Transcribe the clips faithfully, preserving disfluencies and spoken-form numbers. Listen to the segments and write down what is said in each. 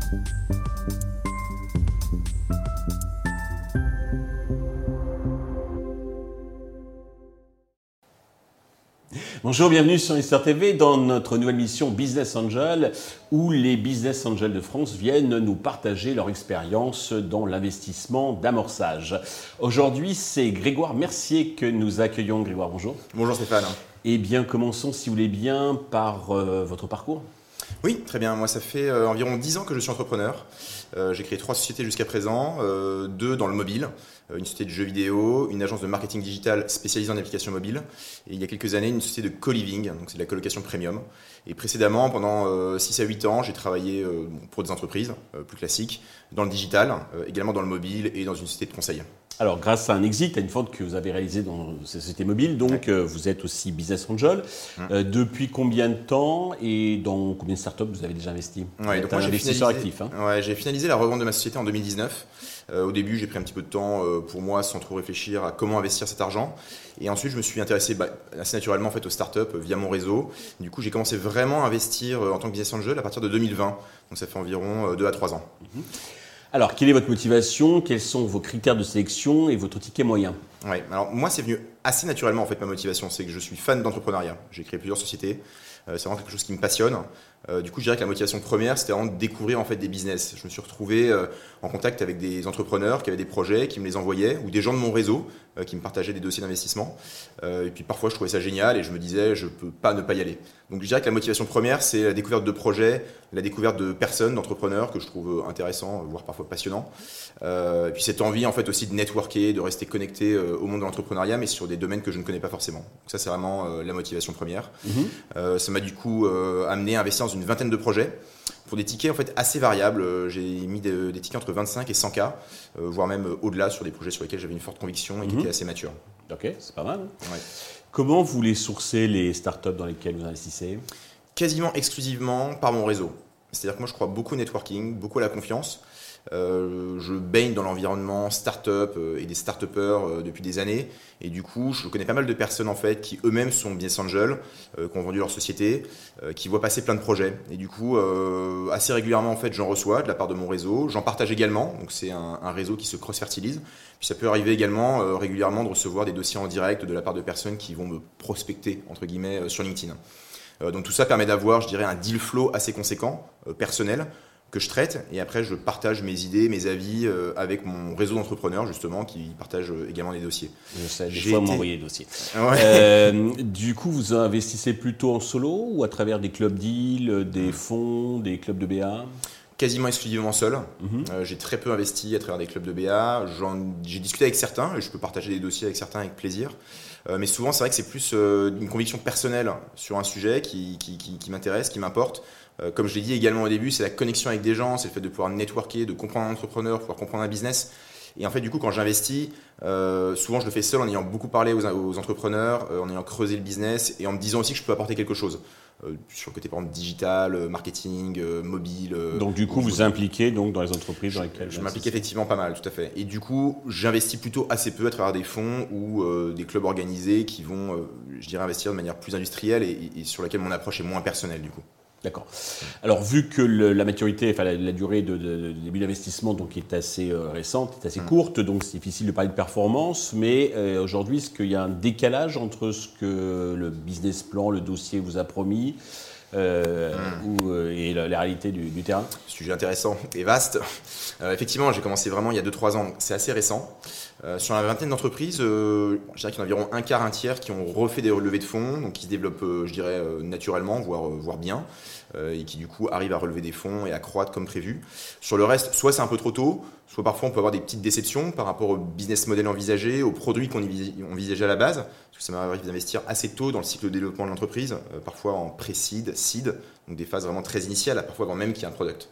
Bonjour, bienvenue sur Histoire T V dans notre nouvelle mission Business Angel où les Business Angels de France viennent nous partager leur expérience dans l'investissement d'amorçage. Aujourd'hui, c'est Grégoire Mercier que nous accueillons. Grégoire, bonjour. Bonjour Stéphane. Eh bien, commençons, si vous voulez bien, par euh, votre parcours. Oui, très bien. Moi, ça fait euh, environ dix ans que je suis entrepreneur. Euh, j'ai créé trois sociétés jusqu'à présent, euh, deux dans le mobile, euh, une société de jeux vidéo, une agence de marketing digital spécialisée en applications mobiles, et il y a quelques années, une société de co-living, donc c'est de la colocation premium. Et précédemment, pendant euh, six à huit ans, j'ai travaillé euh, pour des entreprises euh, plus classiques, dans le digital, euh, également dans le mobile et dans une société de conseil. Alors, grâce à un exit, à une vente que vous avez réalisée dans cette société mobile, donc ouais. euh, vous êtes aussi Business Angel. Hum. Euh, depuis combien de temps et dans combien de startups vous avez déjà investi? Ouais, vous donc êtes moi, un investisseur actif. Hein. Ouais, j'ai finalisé la revente de ma société en deux mille dix-neuf. Euh, au début, j'ai pris un petit peu de temps euh, pour moi, sans trop réfléchir à comment investir cet argent. Et ensuite, je me suis intéressé bah, assez naturellement en fait, aux startups euh, via mon réseau. Du coup, j'ai commencé vraiment à investir euh, en tant que Business Angel à partir de deux mille vingt. Donc, ça fait environ euh, deux à trois ans. Mmh. Alors, quelle est votre motivation? Quels sont vos critères de sélection et votre ticket moyen? Ouais, alors moi, c'est venu assez naturellement en fait ma motivation. C'est que je suis fan d'entrepreneuriat. J'ai créé plusieurs sociétés. Euh, c'est vraiment quelque chose qui me passionne. Euh, du coup, je dirais que la motivation première, c'était vraiment de découvrir en fait des business. Je me suis retrouvé euh, en contact avec des entrepreneurs qui avaient des projets, qui me les envoyaient, ou des gens de mon réseau euh, qui me partageaient des dossiers d'investissement. Euh, et puis parfois, je trouvais ça génial et je me disais, je peux pas ne pas y aller. Donc, je dirais que la motivation première, c'est la découverte de projets, la découverte de personnes, d'entrepreneurs que je trouve intéressants, voire parfois passionnants. Euh, et puis cette envie en fait aussi de networker, de rester connecté euh, au monde de l'entrepreneuriat, mais sur des domaines que je ne connais pas forcément. Donc ça, c'est vraiment euh, la motivation première. Mmh. Euh, ça m'a du coup euh, amené à investir dans une vingtaine de projets pour des tickets en fait assez variables. Euh, j'ai mis des, des tickets entre vingt-cinq et cent K, euh, voire même euh, au-delà sur des projets sur lesquels j'avais une forte conviction et qui mmh. étaient assez matures. Ok, c'est pas mal. Ouais. Comment vous les sourcez, les startups dans lesquelles vous investissez? Quasiment exclusivement par mon réseau. C'est-à-dire que moi, je crois beaucoup au networking, beaucoup à la confiance. Euh, je baigne dans l'environnement start-up euh, et des start-upers euh, depuis des années. Et du coup, je connais pas mal de personnes en fait qui eux-mêmes sont business angels, euh, qui ont vendu leur société, euh, qui voient passer plein de projets. Et du coup, euh, assez régulièrement en fait, j'en reçois de la part de mon réseau. J'en partage également. Donc c'est un, un réseau qui se cross-fertilise. Puis ça peut arriver également euh, régulièrement de recevoir des dossiers en direct de la part de personnes qui vont me prospecter entre guillemets euh, sur LinkedIn. Euh, donc tout ça permet d'avoir, je dirais, un deal flow assez conséquent, euh, personnel, que je traite, et après je partage mes idées, mes avis euh, avec mon réseau d'entrepreneurs justement qui partagent euh, également des dossiers. Je sais, des J'ai fois été... m'envoyer des dossiers. Ouais. Euh, du coup, vous investissez plutôt en solo ou à travers des clubs deals, des fonds, des clubs de B A? Quasiment exclusivement seul. Mm-hmm. Euh, j'ai très peu investi à travers des clubs de B A. J'en, j'ai discuté avec certains et je peux partager des dossiers avec certains avec plaisir. Euh, mais souvent, c'est vrai que c'est plus euh, une conviction personnelle sur un sujet qui, qui, qui, qui m'intéresse, qui m'importe. Euh, comme je l'ai dit également au début, c'est la connexion avec des gens, c'est le fait de pouvoir networker, de comprendre un entrepreneur, pouvoir comprendre un business. Et en fait, du coup, quand j'investis, euh, souvent je le fais seul en ayant beaucoup parlé aux, aux entrepreneurs, euh, en ayant creusé le business et en me disant aussi que je peux apporter quelque chose. Euh, sur le côté par exemple digital, euh, marketing, euh, mobile. Euh, donc du coup, vous vous impliquez donc dans les entreprises dans lesquelles je, je m'implique effectivement pas mal, tout à fait. Et du coup, j'investis plutôt assez peu à travers des fonds ou euh, des clubs organisés qui vont, euh, je dirais, investir de manière plus industrielle et, et sur laquelle mon approche est moins personnelle du coup. D'accord. Alors, vu que le, la maturité, enfin la, la durée de, de, de début d'investissement donc est assez euh, récente, est assez mmh. courte, donc c'est difficile de parler de performance. Mais euh, aujourd'hui, est-ce qu'il y a un décalage entre ce que le business plan, le dossier vous a promis euh, mmh. ou, euh, et la, la réalité du, du terrain? Sujet intéressant et vaste. Euh, effectivement, j'ai commencé vraiment il y a deux trois ans, donc c'est assez récent. Euh, sur la vingtaine d'entreprises, euh, je dirais qu'il y en a environ un quart, un tiers qui ont refait des relevés de fonds, donc qui se développent, euh, je dirais, euh, naturellement, voire, euh, voire bien, euh, et qui du coup arrivent à relever des fonds et à croître comme prévu. Sur le reste, soit c'est un peu trop tôt, soit parfois on peut avoir des petites déceptions par rapport au business model envisagé, aux produits qu'on envisageait à la base, parce que ça m'arrive d'investir assez tôt dans le cycle de développement de l'entreprise, euh, parfois en pré-seed, seed, donc des phases vraiment très initiales, parfois avant même qu'il y ait un product.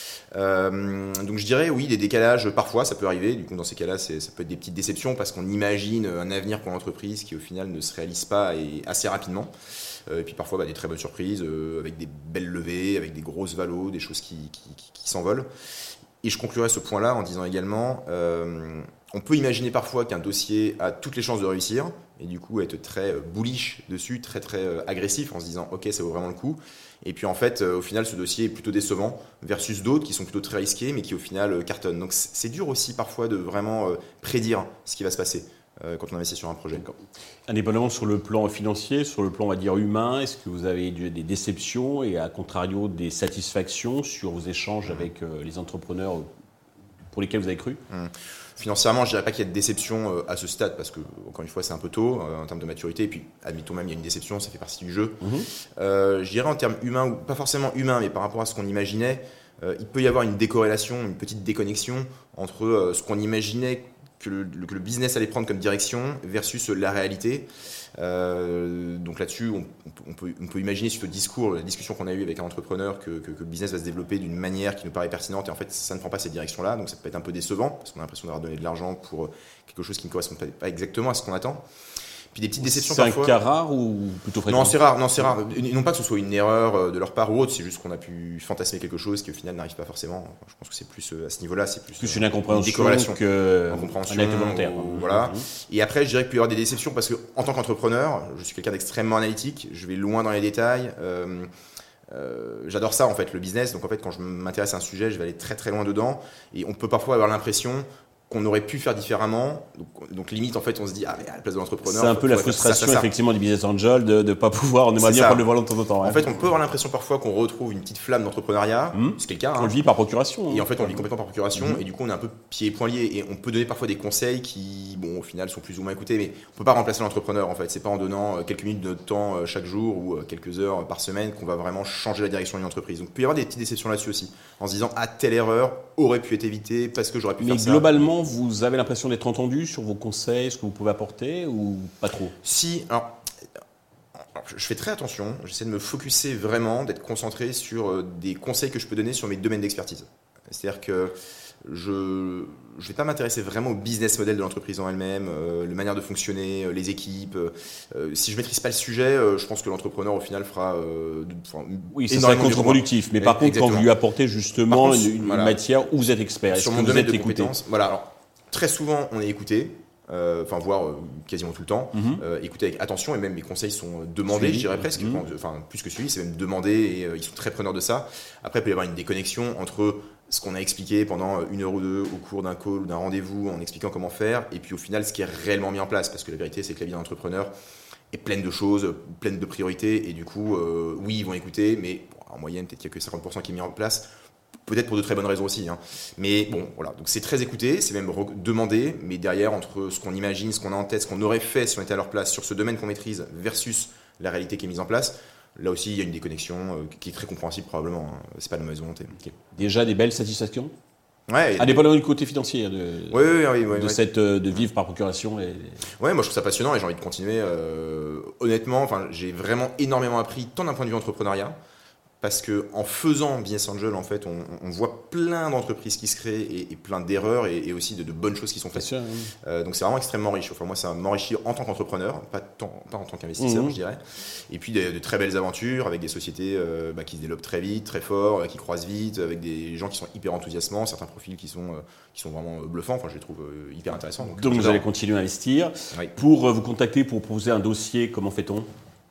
Euh, donc je dirais oui, des décalages parfois ça peut arriver, du coup dans ces cas-là c'est, ça peut être des petites déceptions parce qu'on imagine un avenir pour l'entreprise qui au final ne se réalise pas et assez rapidement, euh, et puis parfois bah, des très bonnes surprises euh, avec des belles levées, avec des grosses valos, des choses qui, qui, qui, qui s'envolent. Et je conclurai ce point-là en disant également, euh, on peut imaginer parfois qu'un dossier a toutes les chances de réussir et du coup être très bullish dessus, très très agressif en se disant ok ça vaut vraiment le coup. Et puis en fait au final ce dossier est plutôt décevant versus d'autres qui sont plutôt très risqués mais qui au final cartonnent. Donc c'est dur aussi parfois de vraiment prédire ce qui va se passer quand on investit sur un projet. Indépendamment sur le plan financier, sur le plan on va dire humain, est-ce que vous avez eu des déceptions et à contrario des satisfactions sur vos échanges mmh. avec les entrepreneurs pour lesquels vous avez cru? mmh. Financièrement, je dirais pas qu'il y a de déception à ce stade parce que, encore une fois, c'est un peu tôt en termes de maturité. Et puis, admettons même, il y a une déception, ça fait partie du jeu. Mmh. Euh, je dirais en termes humains, ou pas forcément humains, mais par rapport à ce qu'on imaginait, euh, il peut y avoir une décorrélation, une petite déconnexion entre euh, ce qu'on imaginait que le, que le business allait prendre comme direction versus la réalité. Euh, donc là-dessus, on, on, peut, on peut imaginer suite au discours, la discussion qu'on a eue avec un entrepreneur que, que, que le business va se développer d'une manière qui nous paraît pertinente et en fait ça ne prend pas cette direction-là, donc ça peut être un peu décevant parce qu'on a l'impression d'avoir donné de l'argent pour quelque chose qui ne correspond pas exactement à ce qu'on attend. Puis des petites déceptions parfois. C'est un cas rare ou plutôt fréquent? Non, c'est rare. Non, c'est rare. Non pas que ce soit une erreur de leur part ou autre, c'est juste qu'on a pu fantasmer quelque chose qui au final n'arrive pas forcément. Je pense que c'est plus à ce niveau-là, c'est plus, plus une incompréhension une que incompréhension un acte volontaire. Ou, voilà. Mmh. Et après, je dirais qu'il peut y avoir des déceptions parce que en tant qu'entrepreneur, je suis quelqu'un d'extrêmement analytique. Je vais loin dans les détails. Euh, Euh, j'adore ça en fait, le business. Donc en fait, quand je m'intéresse à un sujet, je vais aller très très loin dedans. Et on peut parfois avoir l'impression qu'on aurait pu faire différemment. Donc, donc limite, en fait, on se dit, ah, mais à la place de l'entrepreneur. C'est un peu la frustration, ça, ça, ça. effectivement, du business angel de ne pas pouvoir, on aimerait bien prendre le volant de temps en temps. En ouais. fait, on peut avoir l'impression parfois qu'on retrouve une petite flamme d'entrepreneuriat, mmh. ce qui est le cas. On hein. le vit par procuration. Et hein. en fait, on le vit complètement par procuration. Mmh. Et du coup, on est un peu pieds et poings liés. Et on peut donner parfois des conseils qui, bon, au final, sont plus ou moins écoutés. Mais on ne peut pas remplacer l'entrepreneur, en fait. C'est pas en donnant quelques minutes de notre temps chaque jour ou quelques heures par semaine qu'on va vraiment changer la direction d'une entreprise. Donc, il peut y avoir des petites déceptions là-dessus aussi. En se disant, ah, telle erreur aurait pu être évitée parce que j'aurais pu mais faire ça. Mais globalement, vous avez l'impression d'être entendu sur vos conseils, ce que vous pouvez apporter ou pas trop? Si, alors, alors, je fais très attention, j'essaie de me focuser vraiment, d'être concentré sur des conseils que je peux donner sur mes domaines d'expertise. C'est-à-dire que je ne vais pas m'intéresser vraiment au business model de l'entreprise en elle-même, euh, la manière de fonctionner, euh, les équipes. Euh, si je ne maîtrise pas le sujet, euh, je pense que l'entrepreneur, au final, fera euh, de, oui, ça sera contre-productif. Mais par contre, quand vous lui apportez justement contre, une, une voilà, matière où vous êtes expert, sur mon domaine de compétences, voilà, alors, très souvent, on est écouté. Enfin, euh, voire euh, quasiment tout le temps, mm-hmm. euh, écouter avec attention et même mes conseils sont demandés, suivi. Je dirais presque, mm-hmm. enfin plus que suivi, c'est même demandé et euh, ils sont très preneurs de ça. Après, il peut y avoir une déconnexion entre ce qu'on a expliqué pendant une heure ou deux au cours d'un call ou d'un rendez-vous en expliquant comment faire et puis au final ce qui est réellement mis en place parce que la vérité c'est que la vie d'un entrepreneur est pleine de choses, pleine de priorités et du coup, euh, oui, ils vont écouter, mais bon, en moyenne, peut-être qu'il n'y a que cinquante pour cent qui est mis en place. Peut-être pour de très bonnes raisons aussi. Hein. Mais bon, voilà. Donc c'est très écouté, c'est même demandé, mais derrière, entre ce qu'on imagine, ce qu'on a en tête, ce qu'on aurait fait si on était à leur place sur ce domaine qu'on maîtrise versus la réalité qui est mise en place, là aussi, il y a une déconnexion euh, qui est très compréhensible probablement. Hein. C'est pas de mauvaise volonté. Okay. Déjà des belles satisfactions? Ouais. Indépendamment du côté financier, de, oui, oui, oui, oui, de, oui. Cette, de vivre par procuration. Et... Ouais, moi je trouve ça passionnant et j'ai envie de continuer. Euh, honnêtement, enfin, j'ai vraiment énormément appris, tant d'un point de vue entrepreneuriat, parce que en faisant Business Angel, en fait, on, on voit plein d'entreprises qui se créent et, et plein d'erreurs et, et aussi de, de bonnes choses qui sont faites. Sûr, oui. euh, donc c'est vraiment extrêmement riche. Enfin moi, ça m'enrichit en tant qu'entrepreneur, pas, tant, pas en tant qu'investisseur, mmh. je dirais. Et puis de, de très belles aventures avec des sociétés euh, bah, qui se développent très vite, très fort, euh, qui croissent vite, avec des gens qui sont hyper enthousiasmants, certains profils qui sont euh, qui sont vraiment bluffants. Enfin, je les trouve euh, hyper intéressants. Donc, donc vous allez continuer à investir. Oui. Pour euh, vous contacter, pour proposer un dossier, comment fait-on?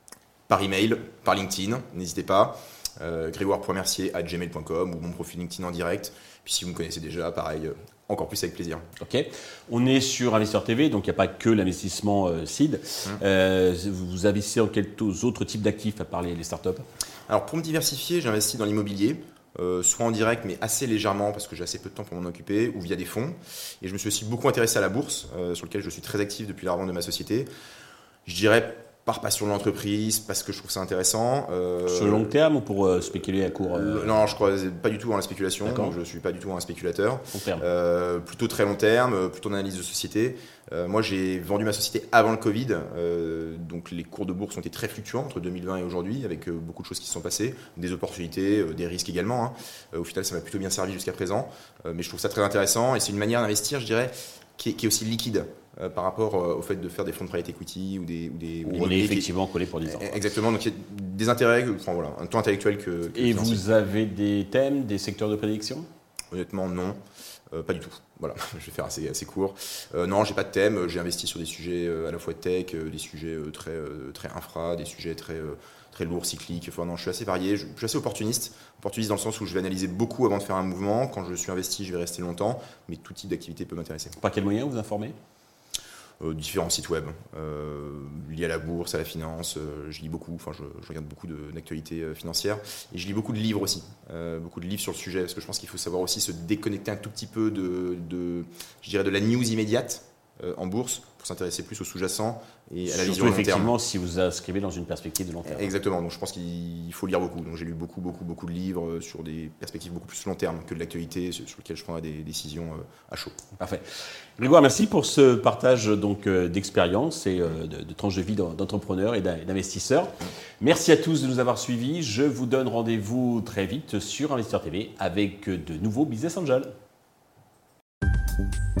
Par email, par LinkedIn, n'hésitez pas. Euh, grégoire point mercier arobase gmail point com ou mon profil LinkedIn en direct. Puis si vous me connaissez déjà, pareil, euh, encore plus avec plaisir. Ok. On est sur Investisseur T V, donc il n'y a pas que l'investissement euh, seed. Hum. Euh, vous investissez en quels autres types d'actifs à part les, les startups? Alors pour me diversifier, j'investis dans l'immobilier. Euh, soit en direct mais assez légèrement parce que j'ai assez peu de temps pour m'en occuper ou via des fonds. Et je me suis aussi beaucoup intéressé à la bourse euh, sur lequel je suis très actif depuis la revente de ma société. Je dirais par passion de l'entreprise, parce que je trouve ça intéressant. Euh, Sur le long terme ou pour euh, spéculer à court euh... Non, je crois pas du tout dans la spéculation. Donc je ne suis pas du tout un spéculateur. Long terme. Euh, plutôt très long terme, plutôt d'analyse de société. Euh, moi, j'ai vendu ma société avant le Covid. Euh, donc les cours de bourse ont été très fluctuants entre deux mille vingt et aujourd'hui, avec euh, beaucoup de choses qui se sont passées, des opportunités, euh, des risques également. Hein. Euh, au final, ça m'a plutôt bien servi jusqu'à présent. Euh, mais je trouve ça très intéressant et c'est une manière d'investir, je dirais, qui est, qui est aussi liquide. Euh, par rapport euh, au fait de faire des fonds de private equity ou des... Ou des où on est effectivement qui... collé pour dix ans. Exactement, donc il y a des intérêts, enfin, voilà, un temps intellectuel que... que Et financier. Vous avez des thèmes, des secteurs de prédilection? Honnêtement, non. Euh, pas du tout. Voilà, je vais faire assez, assez court. Euh, non, j'ai pas de thème. J'ai investi sur des sujets euh, à la fois tech, euh, des sujets euh, très, euh, très infra, des sujets très, euh, très lourds, cycliques. Enfin, non, je suis assez varié. Je, je suis assez opportuniste. Opportuniste dans le sens où je vais analyser beaucoup avant de faire un mouvement. Quand je suis investi, je vais rester longtemps. Mais tout type d'activité peut m'intéresser. Par quel moyen vous informez ? Euh, différents sites web euh, liés à la bourse, à la finance. Euh, je lis beaucoup, enfin je, je regarde beaucoup d'actualités euh, financières et je lis beaucoup de livres aussi, euh, beaucoup de livres sur le sujet parce que je pense qu'il faut savoir aussi se déconnecter un tout petit peu de, de je dirais de la news immédiate euh, en bourse pour s'intéresser plus au sous-jacent et à la Surtout vision long terme. effectivement si vous inscrivez dans une perspective de long terme. Exactement, donc je pense qu'il faut lire beaucoup. Donc j'ai lu beaucoup, beaucoup, beaucoup de livres sur des perspectives beaucoup plus long terme que de l'actualité sur lesquelles je prendrai des décisions à chaud. Parfait. Grégoire, merci pour ce partage donc d'expérience et de, de tranche de vie d'entrepreneurs et d'investisseurs. Merci à tous de nous avoir suivis. Je vous donne rendez-vous très vite sur Investisseur T V avec de nouveaux Business Angels.